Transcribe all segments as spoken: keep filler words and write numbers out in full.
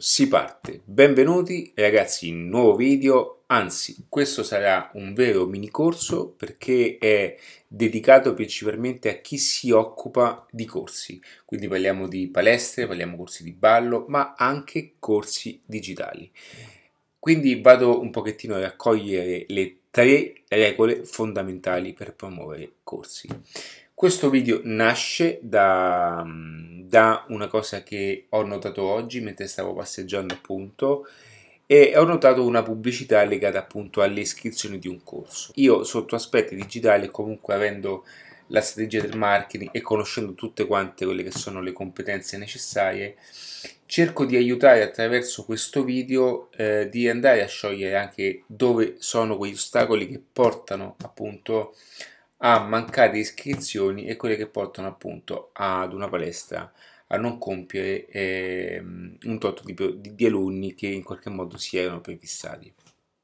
si parte. Benvenuti ragazzi in un nuovo video, anzi questo sarà un vero mini corso perché è dedicato principalmente a chi si occupa di corsi, quindi parliamo di palestre, parliamo corsi di ballo, ma anche corsi digitali. Quindi vado un pochettino a raccogliere le tre regole fondamentali per promuovere corsi. Questo video nasce da, da una cosa che ho notato oggi mentre stavo passeggiando appunto e ho notato una pubblicità legata appunto alle iscrizioni di un corso. Io sotto aspetti digitali, comunque avendo la strategia del marketing e conoscendo tutte quante quelle che sono le competenze necessarie, cerco di aiutare attraverso questo video eh, di andare a sciogliere anche dove sono quegli ostacoli che portano appunto a mancate iscrizioni e quelle che portano appunto ad una palestra a non compiere eh, un tot di, di, di alunni che in qualche modo si erano prefissati.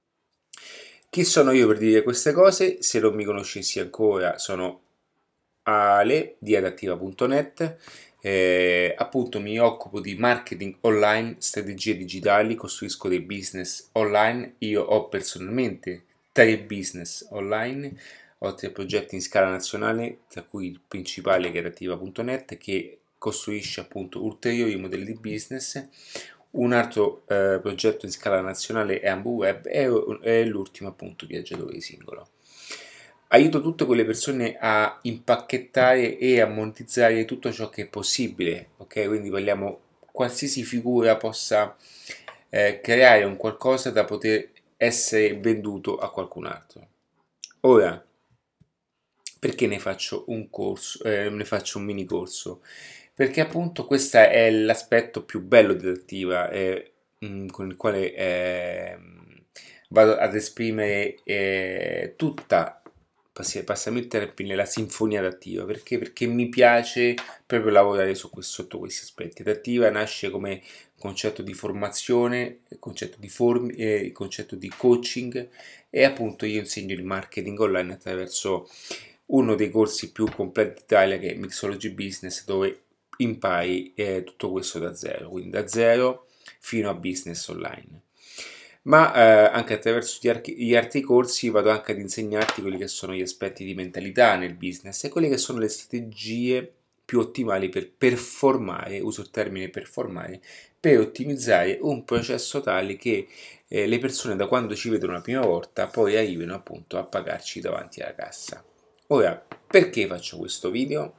Chi sono io per dire queste cose? Se non mi conoscessi ancora, sono Ale di adattiva punto net. Eh, appunto mi occupo di marketing online, strategie digitali, costruisco dei business online. Io ho personalmente tre business online, ho tre progetti in scala nazionale, tra cui il principale che è adattiva punto net, che costruisce appunto ulteriori modelli di business. Un altro eh, progetto in scala nazionale è AmbuWeb e, e l'ultimo appunto Viaggiatore Singolo. Aiuto tutte quelle persone a impacchettare e a monetizzare tutto ciò che è possibile, ok? Quindi parliamo qualsiasi figura possa eh, creare un qualcosa da poter essere venduto a qualcun altro. Ora, perché ne faccio un corso, eh, ne faccio un mini corso? Perché appunto questo è l'aspetto più bello di Adattiva, eh, mh, con il quale eh, vado ad esprimere eh, tutta, passami il termine, la sinfonia adattiva. Perché? Perché mi piace proprio lavorare su questo, sotto questi aspetti. Adattiva nasce come concetto di formazione, concetto di form, eh, concetto di coaching, e appunto io insegno il marketing online attraverso uno dei corsi più completi d'Italia, che è Mixology Business, dove impari eh, tutto questo da zero, quindi da zero fino a business online. Ma eh, anche attraverso gli, archi- gli altri corsi vado anche ad insegnarti quelli che sono gli aspetti di mentalità nel business e quelle che sono le strategie più ottimali per performare, uso il termine performare, per ottimizzare un processo tale che eh, le persone da quando ci vedono la prima volta poi arrivino appunto a pagarci davanti alla cassa. Ora, perché faccio questo video?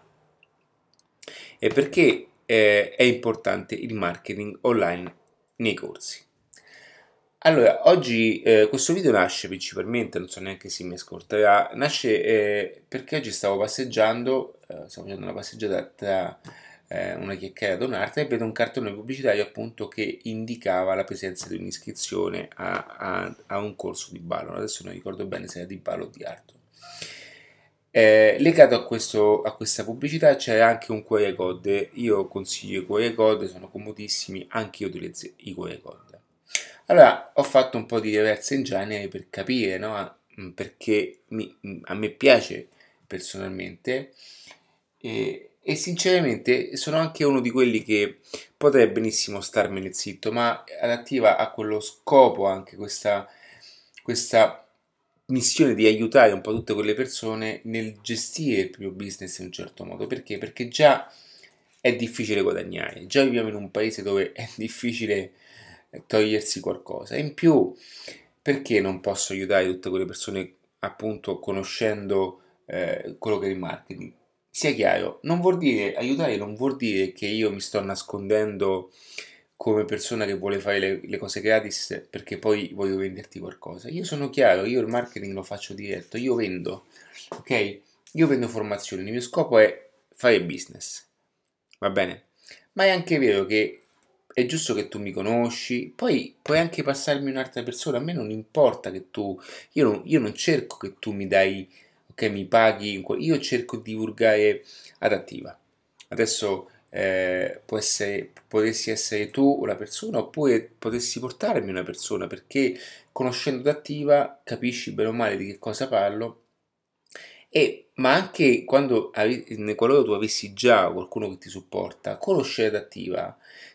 E perché eh, è importante il marketing online nei corsi. Allora, oggi eh, questo video nasce principalmente, non so neanche se mi ascolterà, nasce eh, perché oggi stavo passeggiando, eh, stavo facendo una passeggiata tra eh, una chiacchierata e un'altra e vedo un cartone pubblicitario appunto che indicava la presenza di un'iscrizione a, a, a un corso di ballo. Adesso non ricordo bene se era di ballo o di altro. Eh, legato a, questo, a questa pubblicità c'era anche un Q R code. Io consiglio i Q R code, sono comodissimi, anche io utilizzo i Q R code. Allora ho fatto un po' di reverse engineering per capire, no? Perché mi, a me piace personalmente e, e sinceramente sono anche uno di quelli che potrebbe benissimo starmene zitto, ma Adattiva ha quello scopo, anche questa, questa missione di aiutare un po' tutte quelle persone nel gestire il proprio business in un certo modo. Perché? Perché già è difficile guadagnare, già viviamo in un paese dove è difficile togliersi qualcosa. In più, perché non posso aiutare tutte quelle persone appunto conoscendo eh, quello che è il marketing? Sia chiaro, non vuol dire aiutare, non vuol dire che io mi sto nascondendo come persona che vuole fare le, le cose gratis perché poi voglio venderti qualcosa. Io sono chiaro, io il marketing lo faccio diretto, io vendo, ok? Io vendo formazioni, il mio scopo è fare business, va bene? Ma è anche vero che è giusto che tu mi conosci, poi puoi anche passarmi un'altra persona, a me non importa che tu, io non, io non cerco che tu mi dai, ok, mi paghi, io cerco di divulgare Adattiva. Adesso eh, può essere, potessi essere tu la persona oppure potessi portarmi una persona, perché conoscendo Adattiva capisci bene o male di che cosa parlo. E, ma anche quando, qualora tu avessi già qualcuno che ti supporta, conoscere Adattiva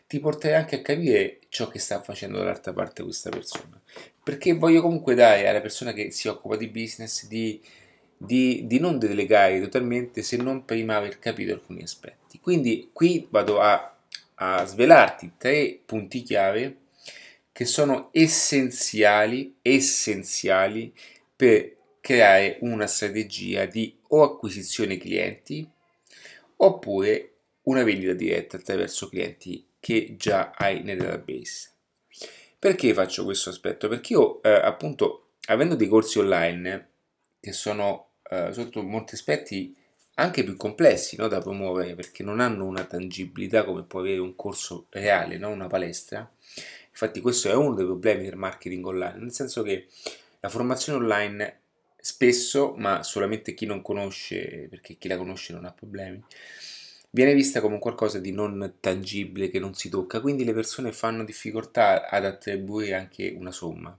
ti porterà anche a capire ciò che sta facendo dall'altra parte questa persona, perché voglio comunque dare alla persona che si occupa di business di, di, di non delegare totalmente se non prima aver capito alcuni aspetti. Quindi qui vado a, a svelarti tre punti chiave che sono essenziali, essenziali per creare una strategia di o acquisizione clienti oppure una vendita diretta attraverso clienti che già hai nel database. Perché faccio questo aspetto? Perché io eh, appunto avendo dei corsi online che sono eh, sotto molti aspetti anche più complessi, no, da promuovere perché non hanno una tangibilità come può avere un corso reale, no, una palestra. Infatti questo è uno dei problemi del marketing online, nel senso che la formazione online spesso, ma solamente chi non conosce, perché chi la conosce non ha problemi, viene vista come qualcosa di non tangibile che non si tocca, quindi le persone fanno difficoltà ad attribuire anche una somma.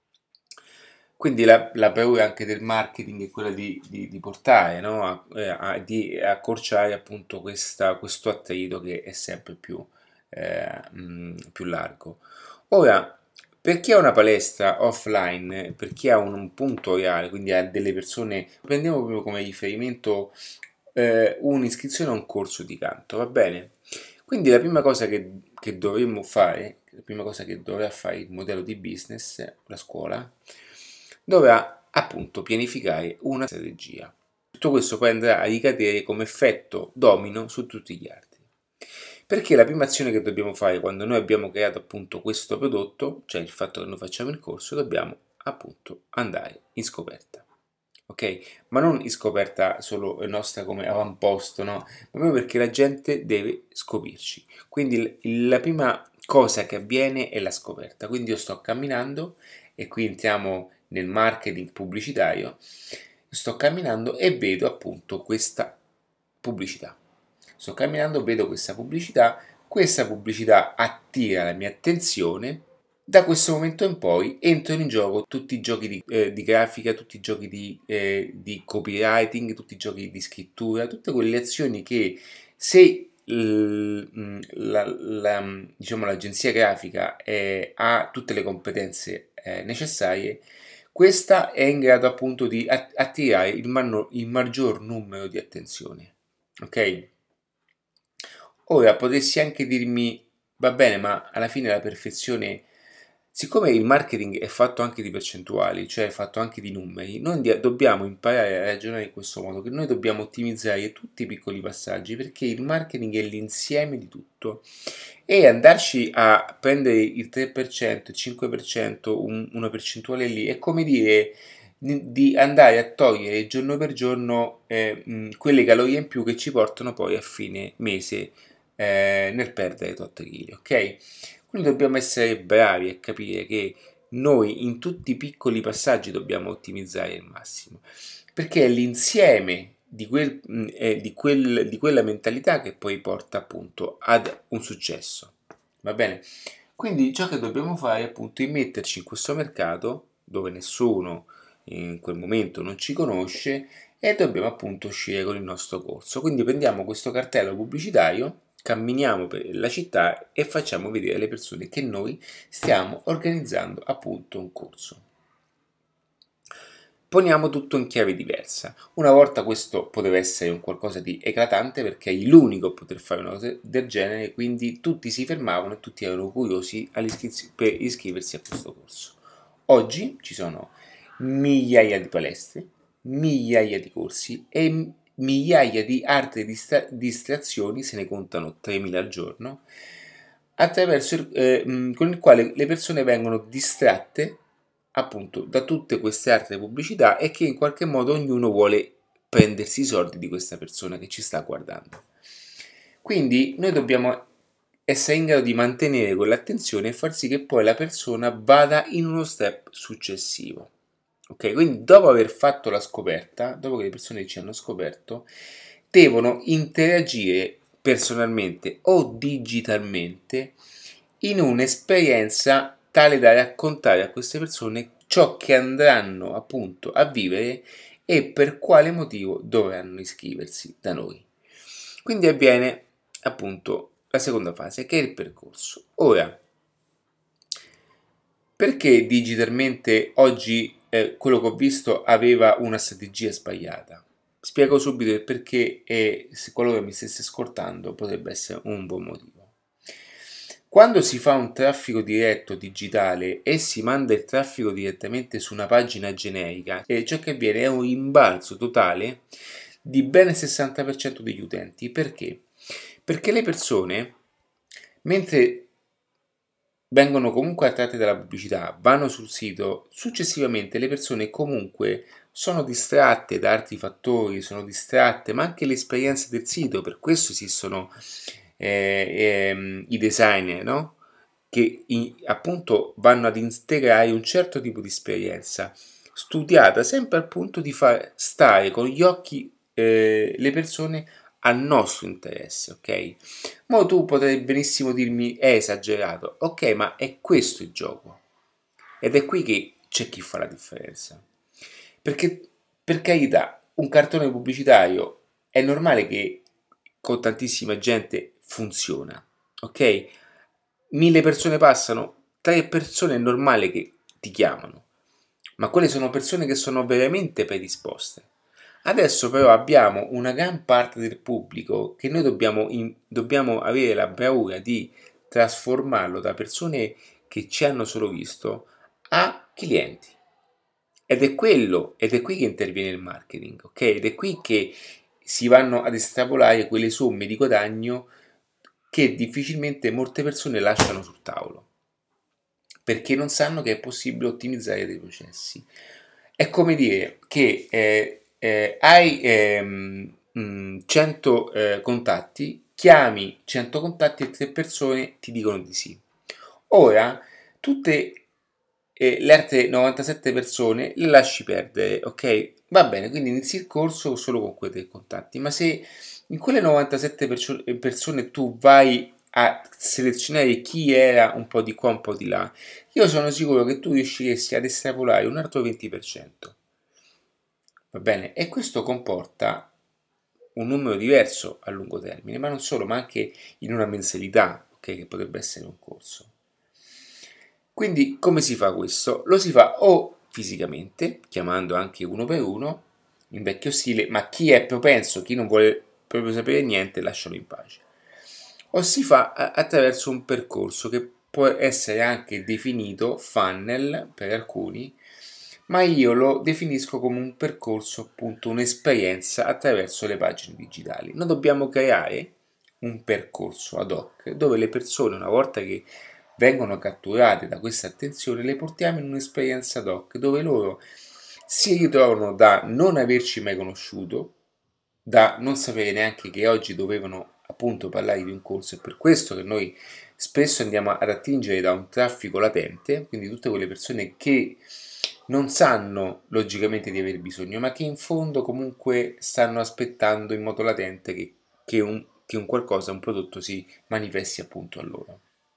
Quindi la, la paura anche del marketing è quella di, di, di portare, no? a, a, di accorciare appunto questa, questo attrito che è sempre più, eh, mh, più largo. Ora, per chi ha una palestra offline, per chi ha un, un punto reale, quindi ha delle persone, prendiamo proprio come riferimento eh, un'iscrizione a un corso di canto, va bene? Quindi la prima cosa che, che dovremmo fare, la prima cosa che dovrà fare il modello di business, la scuola, dovrà appunto pianificare una strategia. Tutto questo poi andrà a ricadere come effetto domino su tutti gli altri. Perché la prima azione che dobbiamo fare quando noi abbiamo creato appunto questo prodotto, cioè il fatto che noi facciamo il corso, dobbiamo appunto andare in scoperta. Ok? Ma non in scoperta solo nostra come avamposto, no? Ma proprio perché la gente deve scoprirci. Quindi la prima cosa che avviene è la scoperta. Quindi io sto camminando e qui entriamo nel marketing pubblicitario, sto camminando e vedo appunto questa pubblicità. Sto camminando, vedo questa pubblicità, questa pubblicità attira la mia attenzione. Da questo momento in poi entrano in gioco tutti i giochi di, eh, di grafica, tutti i giochi di, eh, di copywriting, tutti i giochi di scrittura, tutte quelle azioni che se la, la, diciamo, l'agenzia grafica eh, ha tutte le competenze eh, necessarie, questa è in grado appunto di attirare il, man- il maggior numero di attenzione. Ok? Ora potresti anche dirmi, va bene, ma alla fine la perfezione, siccome il marketing è fatto anche di percentuali, cioè è fatto anche di numeri, noi dobbiamo imparare a ragionare in questo modo, che noi dobbiamo ottimizzare tutti i piccoli passaggi, perché il marketing è l'insieme di tutto e andarci a prendere il tre per cento, il cinque per cento, un, una percentuale lì, è come dire di andare a togliere giorno per giorno eh, mh, quelle calorie in più che ci portano poi a fine mese eh, nel perdere tot chili, ok? Quindi dobbiamo essere bravi a capire che noi in tutti i piccoli passaggi dobbiamo ottimizzare il massimo, perché è l'insieme di, quel, eh, di, quel, di quella mentalità che poi porta appunto ad un successo, va bene? Quindi ciò che dobbiamo fare è appunto immetterci in questo mercato dove nessuno in quel momento non ci conosce e dobbiamo appunto uscire con il nostro corso. Quindi prendiamo questo cartello pubblicitario, camminiamo per la città e facciamo vedere alle persone che noi stiamo organizzando appunto un corso. Poniamo tutto in chiave diversa. Una volta questo poteva essere un qualcosa di eclatante perché è l'unico a poter fare una cosa del genere, quindi tutti si fermavano e tutti erano curiosi per iscriversi a questo corso. Oggi ci sono migliaia di palestre, migliaia di corsi e migliaia di altre distra- distrazioni, se ne contano tremila al giorno, attraverso eh, con il quale le persone vengono distratte appunto da tutte queste altre pubblicità e che in qualche modo ognuno vuole prendersi i soldi di questa persona che ci sta guardando. Quindi noi dobbiamo essere in grado di mantenere quell'attenzione e far sì che poi la persona vada in uno step successivo. Ok, quindi dopo aver fatto la scoperta, dopo che le persone ci hanno scoperto, devono interagire personalmente o digitalmente in un'esperienza tale da raccontare a queste persone ciò che andranno appunto a vivere e per quale motivo dovranno iscriversi da noi. Quindi avviene appunto la seconda fase, che è il percorso. Ora, perché digitalmente oggi eh, quello che ho visto aveva una strategia sbagliata? Spiego subito il perché e se qualora mi stesse ascoltando potrebbe essere un buon motivo. Quando si fa un traffico diretto digitale e si manda il traffico direttamente su una pagina generica, e ciò che avviene è un rimbalzo totale di ben il sessanta per cento degli utenti. Perché? Perché le persone, mentre vengono comunque attratte dalla pubblicità, vanno sul sito, successivamente le persone comunque sono distratte da altri fattori, sono distratte, ma anche l'esperienza del sito, per questo esistono eh, ehm, i designer, no? Che in, appunto vanno ad integrare un certo tipo di esperienza studiata sempre al punto di far stare con gli occhi eh, le persone al nostro interesse, ok? Ma tu potrai benissimo dirmi è esagerato, ok, ma è questo il gioco ed è qui che c'è chi fa la differenza, perché per carità un cartone pubblicitario è normale che con tantissima gente funziona, ok? Mille persone passano, tre persone è normale che ti chiamano, ma quelle sono persone che sono veramente predisposte. Adesso però abbiamo una gran parte del pubblico che noi dobbiamo, in, dobbiamo avere la bravura di trasformarlo da persone che ci hanno solo visto a clienti. Ed è quello, ed è qui che interviene il marketing, ok? Ed è qui che si vanno ad estrapolare quelle somme di guadagno che difficilmente molte persone lasciano sul tavolo, perché non sanno che è possibile ottimizzare dei processi. È come dire che eh, eh, hai ehm, mh, cento eh, contatti, chiami cento contatti e tre persone ti dicono di sì. Ora, tutte eh, le altre novantasette persone le lasci perdere, ok? Va bene, quindi inizi il corso solo con quei tre contatti, ma se in quelle novantasette perso- persone tu vai a selezionare chi era un po' di qua, un po' di là, io sono sicuro che tu riusciresti ad estrapolare un altro venti per cento. Va bene? E questo comporta un numero diverso a lungo termine, ma non solo, ma anche in una mensilità, ok? Che potrebbe essere un corso. Quindi come si fa questo? Lo si fa o fisicamente, chiamando anche uno per uno, in vecchio stile, ma chi è propenso, chi non vuole proprio sapere niente, lascialo in pace. O si fa attraverso un percorso che può essere anche definito funnel per alcuni, ma io lo definisco come un percorso, appunto un'esperienza attraverso le pagine digitali. Noi dobbiamo creare un percorso ad hoc dove le persone, una volta che vengono catturate da questa attenzione, le portiamo in un'esperienza ad hoc dove loro si ritrovano da non averci mai conosciuto, da non sapere neanche che oggi dovevano appunto parlare di un corso. È per questo che noi spesso andiamo ad attingere da un traffico latente, quindi tutte quelle persone che non sanno logicamente di aver bisogno, ma che in fondo comunque stanno aspettando in modo latente che, che, un, che un qualcosa, un prodotto si manifesti appunto a loro.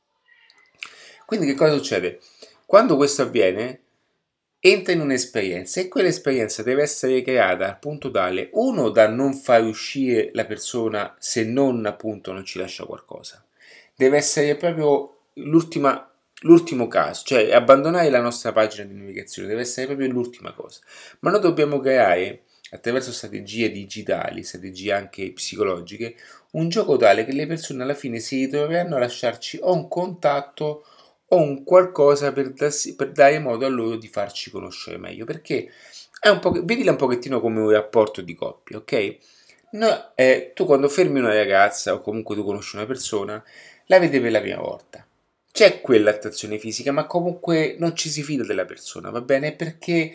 Quindi che cosa succede? Quando questo avviene, entra in un'esperienza e quell'esperienza deve essere creata al punto tale, uno, da non far uscire la persona se non appunto non ci lascia qualcosa. Deve essere proprio l'ultima, l'ultimo caso, cioè abbandonare la nostra pagina di navigazione, deve essere proprio l'ultima cosa. Ma noi dobbiamo creare, attraverso strategie digitali, strategie anche psicologiche, un gioco tale che le persone alla fine si ritroveranno a lasciarci o un contatto o un qualcosa per, darsi, per dare modo a loro di farci conoscere meglio, perché è un po', vedila un pochettino come un rapporto di coppia, ok? No, eh, tu quando fermi una ragazza o comunque tu conosci una persona, la vedi per la prima volta. C'è quell'attrazione fisica, ma comunque non ci si fida della persona, va bene? Perché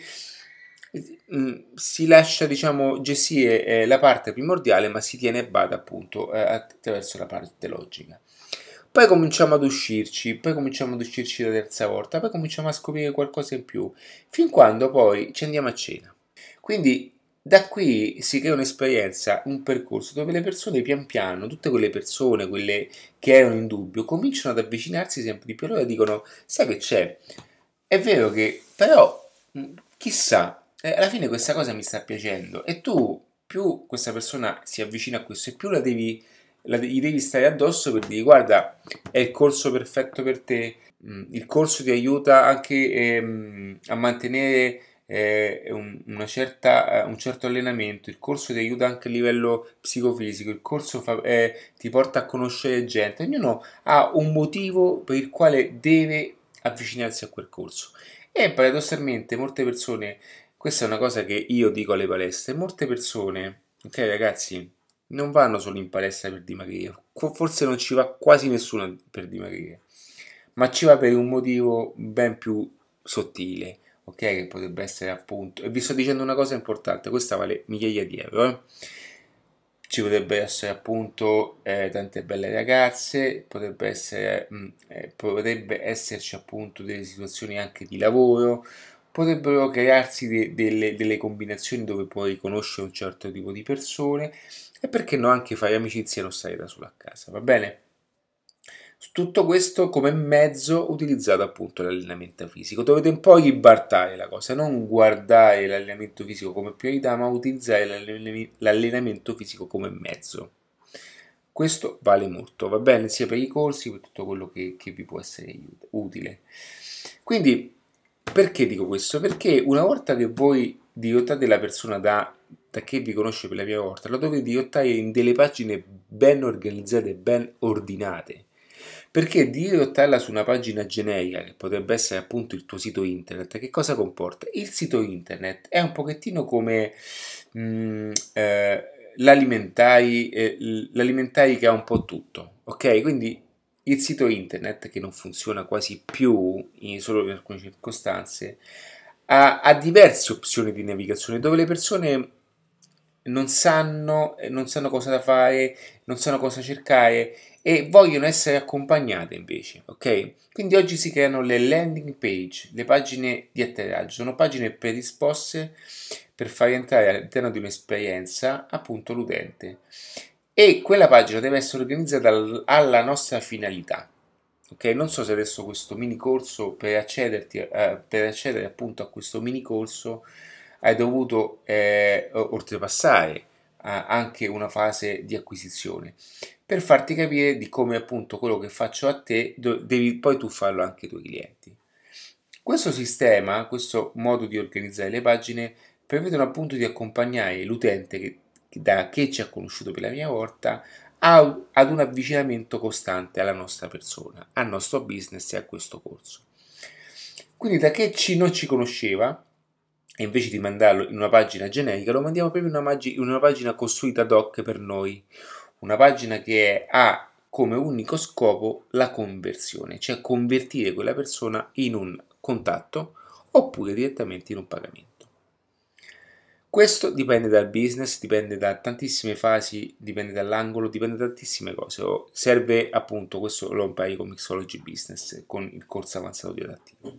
mh, si lascia, diciamo, gestire eh, la parte primordiale, ma si tiene a bada appunto eh, attraverso la parte logica. Poi cominciamo ad uscirci, poi cominciamo ad uscirci la terza volta, poi cominciamo a scoprire qualcosa in più, fin quando poi ci andiamo a cena. Quindi da qui si crea un'esperienza, un percorso dove le persone pian piano, tutte quelle persone, quelle che erano in dubbio, cominciano ad avvicinarsi sempre di più. Allora dicono, sai che c'è? È vero che, però, chissà, eh, alla fine questa cosa mi sta piacendo e tu, più questa persona si avvicina a questo e più la devi la, gli devi stare addosso per dire guarda, è il corso perfetto per te, mm, il corso ti aiuta anche ehm, a mantenere eh, un, una certa, un certo allenamento, il corso ti aiuta anche a livello psicofisico, il corso fa, eh, ti porta a conoscere gente, ognuno ha un motivo per il quale deve avvicinarsi a quel corso. E paradossalmente molte persone, questa è una cosa che io dico alle palestre, molte persone, ok ragazzi, non vanno solo in palestra per dimagrire, forse non ci va quasi nessuno per dimagrire, ma ci va per un motivo ben più sottile, ok? Che potrebbe essere appunto, e vi sto dicendo una cosa importante, questa vale migliaia di euro, eh? Ci potrebbe essere appunto eh, tante belle ragazze, potrebbe essere, mh, eh, potrebbe esserci appunto delle situazioni anche di lavoro, potrebbero crearsi de- delle, delle combinazioni dove puoi conoscere un certo tipo di persone e perché no anche fare amicizia e non stare da solo a casa, va bene? Tutto questo come mezzo utilizzato appunto l'allenamento fisico. Dovete un po' ribaltare la cosa, non guardare l'allenamento fisico come priorità, ma utilizzare l'allenamento fisico come mezzo. Questo vale molto, va bene, sia per i corsi che per tutto quello che, che vi può essere utile. Quindi, perché dico questo? Perché una volta che voi dirottate la persona da, da che vi conosce per la prima volta, la dovete dirottare in delle pagine ben organizzate, ben ordinate. Perché dirottarla su una pagina generica, che potrebbe essere appunto il tuo sito internet, che cosa comporta? Il sito internet è un pochettino come mh, eh, l'alimentari, eh, l'alimentari che ha un po' tutto, ok? Quindi il sito internet, che non funziona quasi più, in, solo in alcune circostanze, ha, ha diverse opzioni di navigazione dove le persone non sanno, non sanno cosa da fare, non sanno cosa cercare e vogliono essere accompagnate invece, ok? Quindi oggi si creano le landing page, le pagine di atterraggio, sono pagine predisposte per far entrare all'interno di un'esperienza appunto l'utente e quella pagina deve essere organizzata alla nostra finalità. Ok, non so se adesso questo mini corso per accederti, eh, per accedere appunto a questo mini corso hai dovuto eh, oltrepassare eh, anche una fase di acquisizione per farti capire di come appunto quello che faccio a te devi poi tu farlo anche ai tuoi clienti. Questo sistema, questo modo di organizzare le pagine prevedono appunto di accompagnare l'utente che, da che ci ha conosciuto per la prima volta a, ad un avvicinamento costante alla nostra persona, al nostro business e a questo corso. Quindi da che ci, non ci conosceva, e invece di mandarlo in una pagina generica, lo mandiamo proprio in una, mag- in una pagina costruita ad hoc per noi, una pagina che ha come unico scopo la conversione, cioè convertire quella persona in un contatto oppure direttamente in un pagamento. Questo dipende dal business, dipende da tantissime fasi, dipende dall'angolo, dipende da tantissime cose. Serve appunto, questo lo impari con Mixology Business, con il corso avanzato di adattivo.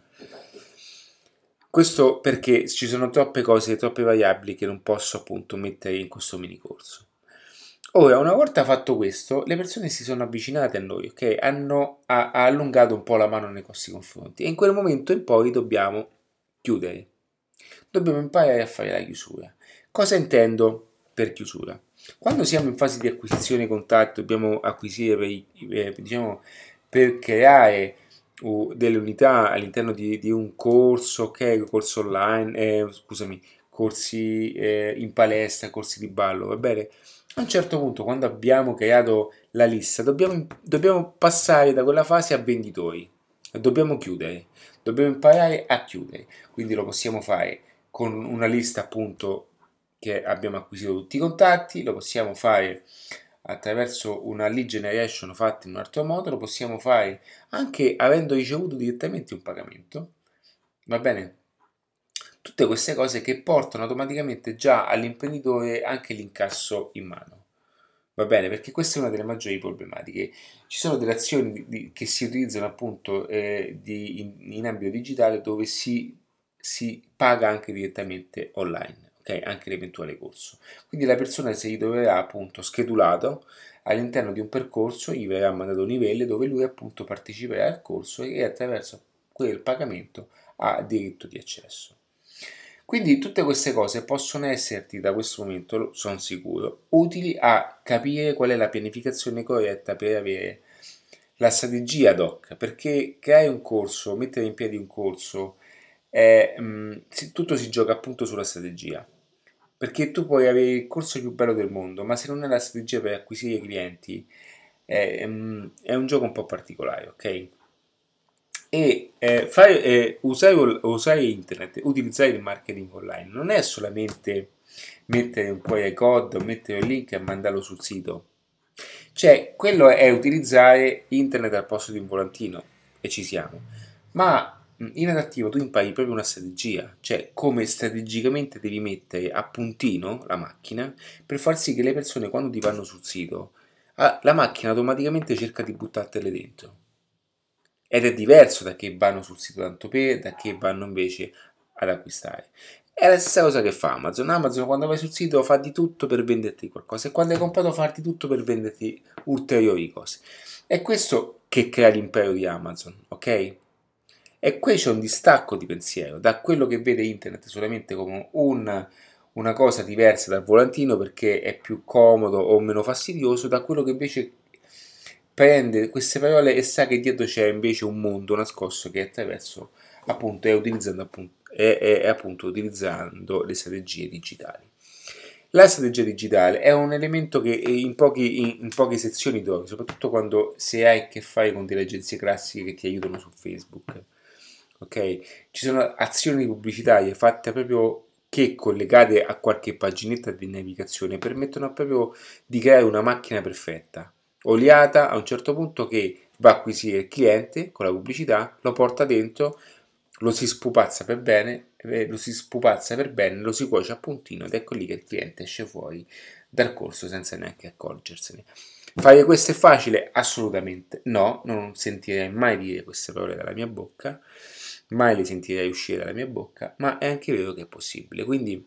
Questo perché ci sono troppe cose, troppe variabili che non posso appunto mettere in questo mini corso. Ora, una volta fatto questo, le persone si sono avvicinate a noi, ok? Hanno ha, ha allungato un po' la mano nei nostri confronti e in quel momento in poi dobbiamo chiudere. Dobbiamo imparare a fare la chiusura. Cosa intendo per chiusura? Quando siamo in fase di acquisizione contatti, dobbiamo acquisire per, eh, diciamo, per creare uh, delle unità all'interno di, di un corso, ok? Corso online, eh, scusami, corsi eh, in palestra, corsi di ballo, va bene? A un certo punto, quando abbiamo creato la lista, dobbiamo, dobbiamo passare da quella fase a venditori. Dobbiamo chiudere, dobbiamo imparare a chiudere. Quindi lo possiamo fare con una lista appunto che abbiamo acquisito tutti i contatti, lo possiamo fare attraverso una lead generation fatta in un altro modo, lo possiamo fare anche avendo ricevuto direttamente un pagamento. Va bene? Tutte queste cose che portano automaticamente già all'imprenditore anche l'incasso in mano. Va bene, perché questa è una delle maggiori problematiche. Ci sono delle azioni di, di, che si utilizzano appunto eh, di, in, in ambito digitale dove si, si paga anche direttamente online, ok? Anche l'eventuale corso. Quindi la persona si ritroverà appunto schedulato all'interno di un percorso, gli verrà mandato un livello dove lui appunto parteciperà al corso e attraverso quel pagamento ha diritto di accesso. Quindi tutte queste cose possono esserti da questo momento, sono sicuro, utili a capire qual è la pianificazione corretta per avere la strategia ad hoc, perché creare un corso, mettere in piedi un corso, è, mh, tutto si gioca appunto sulla strategia. Perché tu puoi avere il corso più bello del mondo, ma se non hai la strategia per acquisire clienti, è, mh, è un gioco un po' particolare, ok? E eh, fare, eh, usare, usare internet, utilizzare il marketing online non è solamente mettere un Q R code, mettere il link e mandarlo sul sito. Cioè, quello è utilizzare internet al posto di un volantino, e ci siamo. Ma in adattivo tu impari proprio una strategia, cioè come strategicamente devi mettere a puntino la macchina per far sì che le persone quando ti vanno sul sito, la macchina automaticamente cerca di buttartele dentro. Ed è diverso da che vanno sul sito tanto per, da che vanno invece ad acquistare. È la stessa cosa che fa Amazon. Amazon quando vai sul sito fa di tutto per venderti qualcosa e quando hai comprato fa di tutto per venderti ulteriori cose. È questo che crea l'impero di Amazon, ok? E qui c'è un distacco di pensiero da quello che vede internet solamente come un, una cosa diversa dal volantino perché è più comodo o meno fastidioso, da quello che invece prende queste parole e sa che dietro c'è invece un mondo nascosto che attraverso appunto è utilizzando appunto, è, è, è appunto utilizzando le strategie digitali. La strategia digitale è un elemento che in, pochi, in, in poche sezioni trovi, soprattutto quando se hai a che fare con delle agenzie classiche che ti aiutano su Facebook. Ok? Ci sono azioni pubblicitarie fatte proprio che collegate a qualche paginetta di navigazione permettono proprio di creare una macchina perfetta, oliata a un certo punto che va a acquisire il cliente con la pubblicità, lo porta dentro, lo si spupazza per bene, lo si spupazza per bene, lo si cuoce a puntino ed ecco lì che il cliente esce fuori dal corso senza neanche accorgersene. Fare questo è facile? Assolutamente no, non sentirei mai dire queste parole dalla mia bocca, mai le sentirei uscire dalla mia bocca, ma è anche vero che è possibile. Quindi,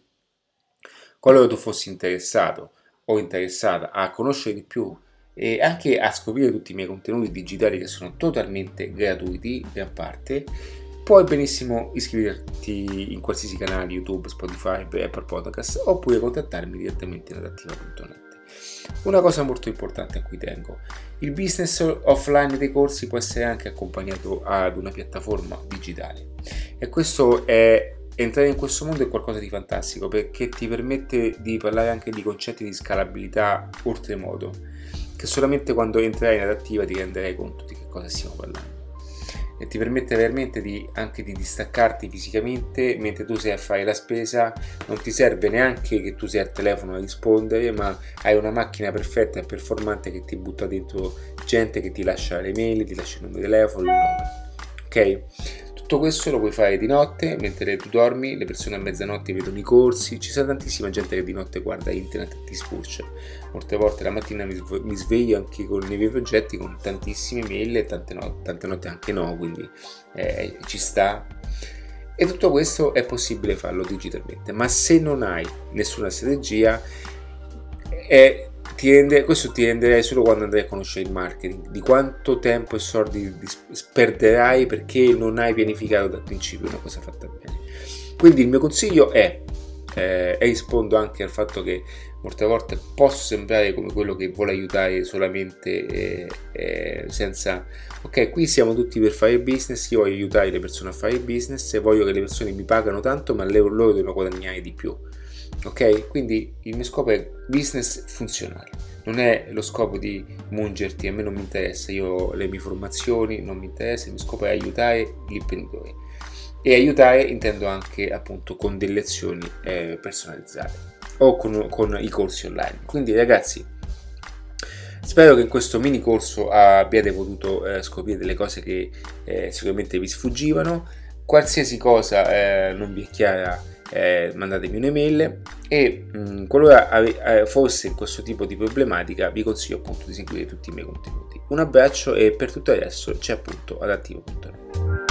qualora tu fossi interessato o interessata a conoscere di più e anche a scoprire tutti i miei contenuti digitali che sono totalmente gratuiti, gran parte, puoi benissimo iscriverti in qualsiasi canale YouTube, Spotify, Apple Podcast oppure contattarmi direttamente in adattiva punto net. Una cosa molto importante a cui tengo: il business offline dei corsi può essere anche accompagnato ad una piattaforma digitale e questo è entrare in questo mondo è qualcosa di fantastico perché ti permette di parlare anche di concetti di scalabilità oltremodo che solamente quando entrerai in adattiva ti renderai conto di che cosa stiamo parlando e ti permette veramente di, anche di distaccarti fisicamente mentre tu sei a fare la spesa. Non ti serve neanche che tu sia al telefono a rispondere, ma hai una macchina perfetta e performante che ti butta dentro gente che ti lascia le mail, ti lascia il numero di telefono, il nome, ok? Tutto questo lo puoi fare di notte mentre tu dormi, le persone a mezzanotte vedono i corsi, ci sta tantissima gente che di notte guarda internet e ti spulcia. Molte volte la mattina mi, sve- mi sveglio anche con i miei progetti con tantissime mail e tante, no- tante notti anche no, quindi eh, ci sta. E tutto questo è possibile farlo digitalmente, ma se non hai nessuna strategia è Ti rende, questo ti renderai solo quando andrai a conoscere il marketing, di quanto tempo e soldi sperderai perché non hai pianificato dal principio una cosa fatta bene. Quindi il mio consiglio è, eh, e rispondo anche al fatto che molte volte posso sembrare come quello che vuole aiutare solamente eh, eh, senza, ok, qui siamo tutti per fare business, io voglio aiutare le persone a fare business e voglio che le persone mi pagano tanto ma loro devono guadagnare di più. Ok, quindi il mio scopo è business funzionale, non è lo scopo di mungerti, a me non mi interessa, io le mie formazioni non mi interessa, il mio scopo è aiutare gli imprenditori e aiutare intendo anche appunto con delle lezioni eh, personalizzate o con, con i corsi online. Quindi ragazzi, spero che in questo mini corso abbiate potuto eh, scoprire delle cose che eh, sicuramente vi sfuggivano. Qualsiasi cosa eh, non vi è chiara, Eh, mandatemi un'email e mh, qualora ave- eh, fosse in questo tipo di problematica vi consiglio appunto di seguire tutti i miei contenuti. Un abbraccio e per tutto adesso c'è appunto adattivo punto net.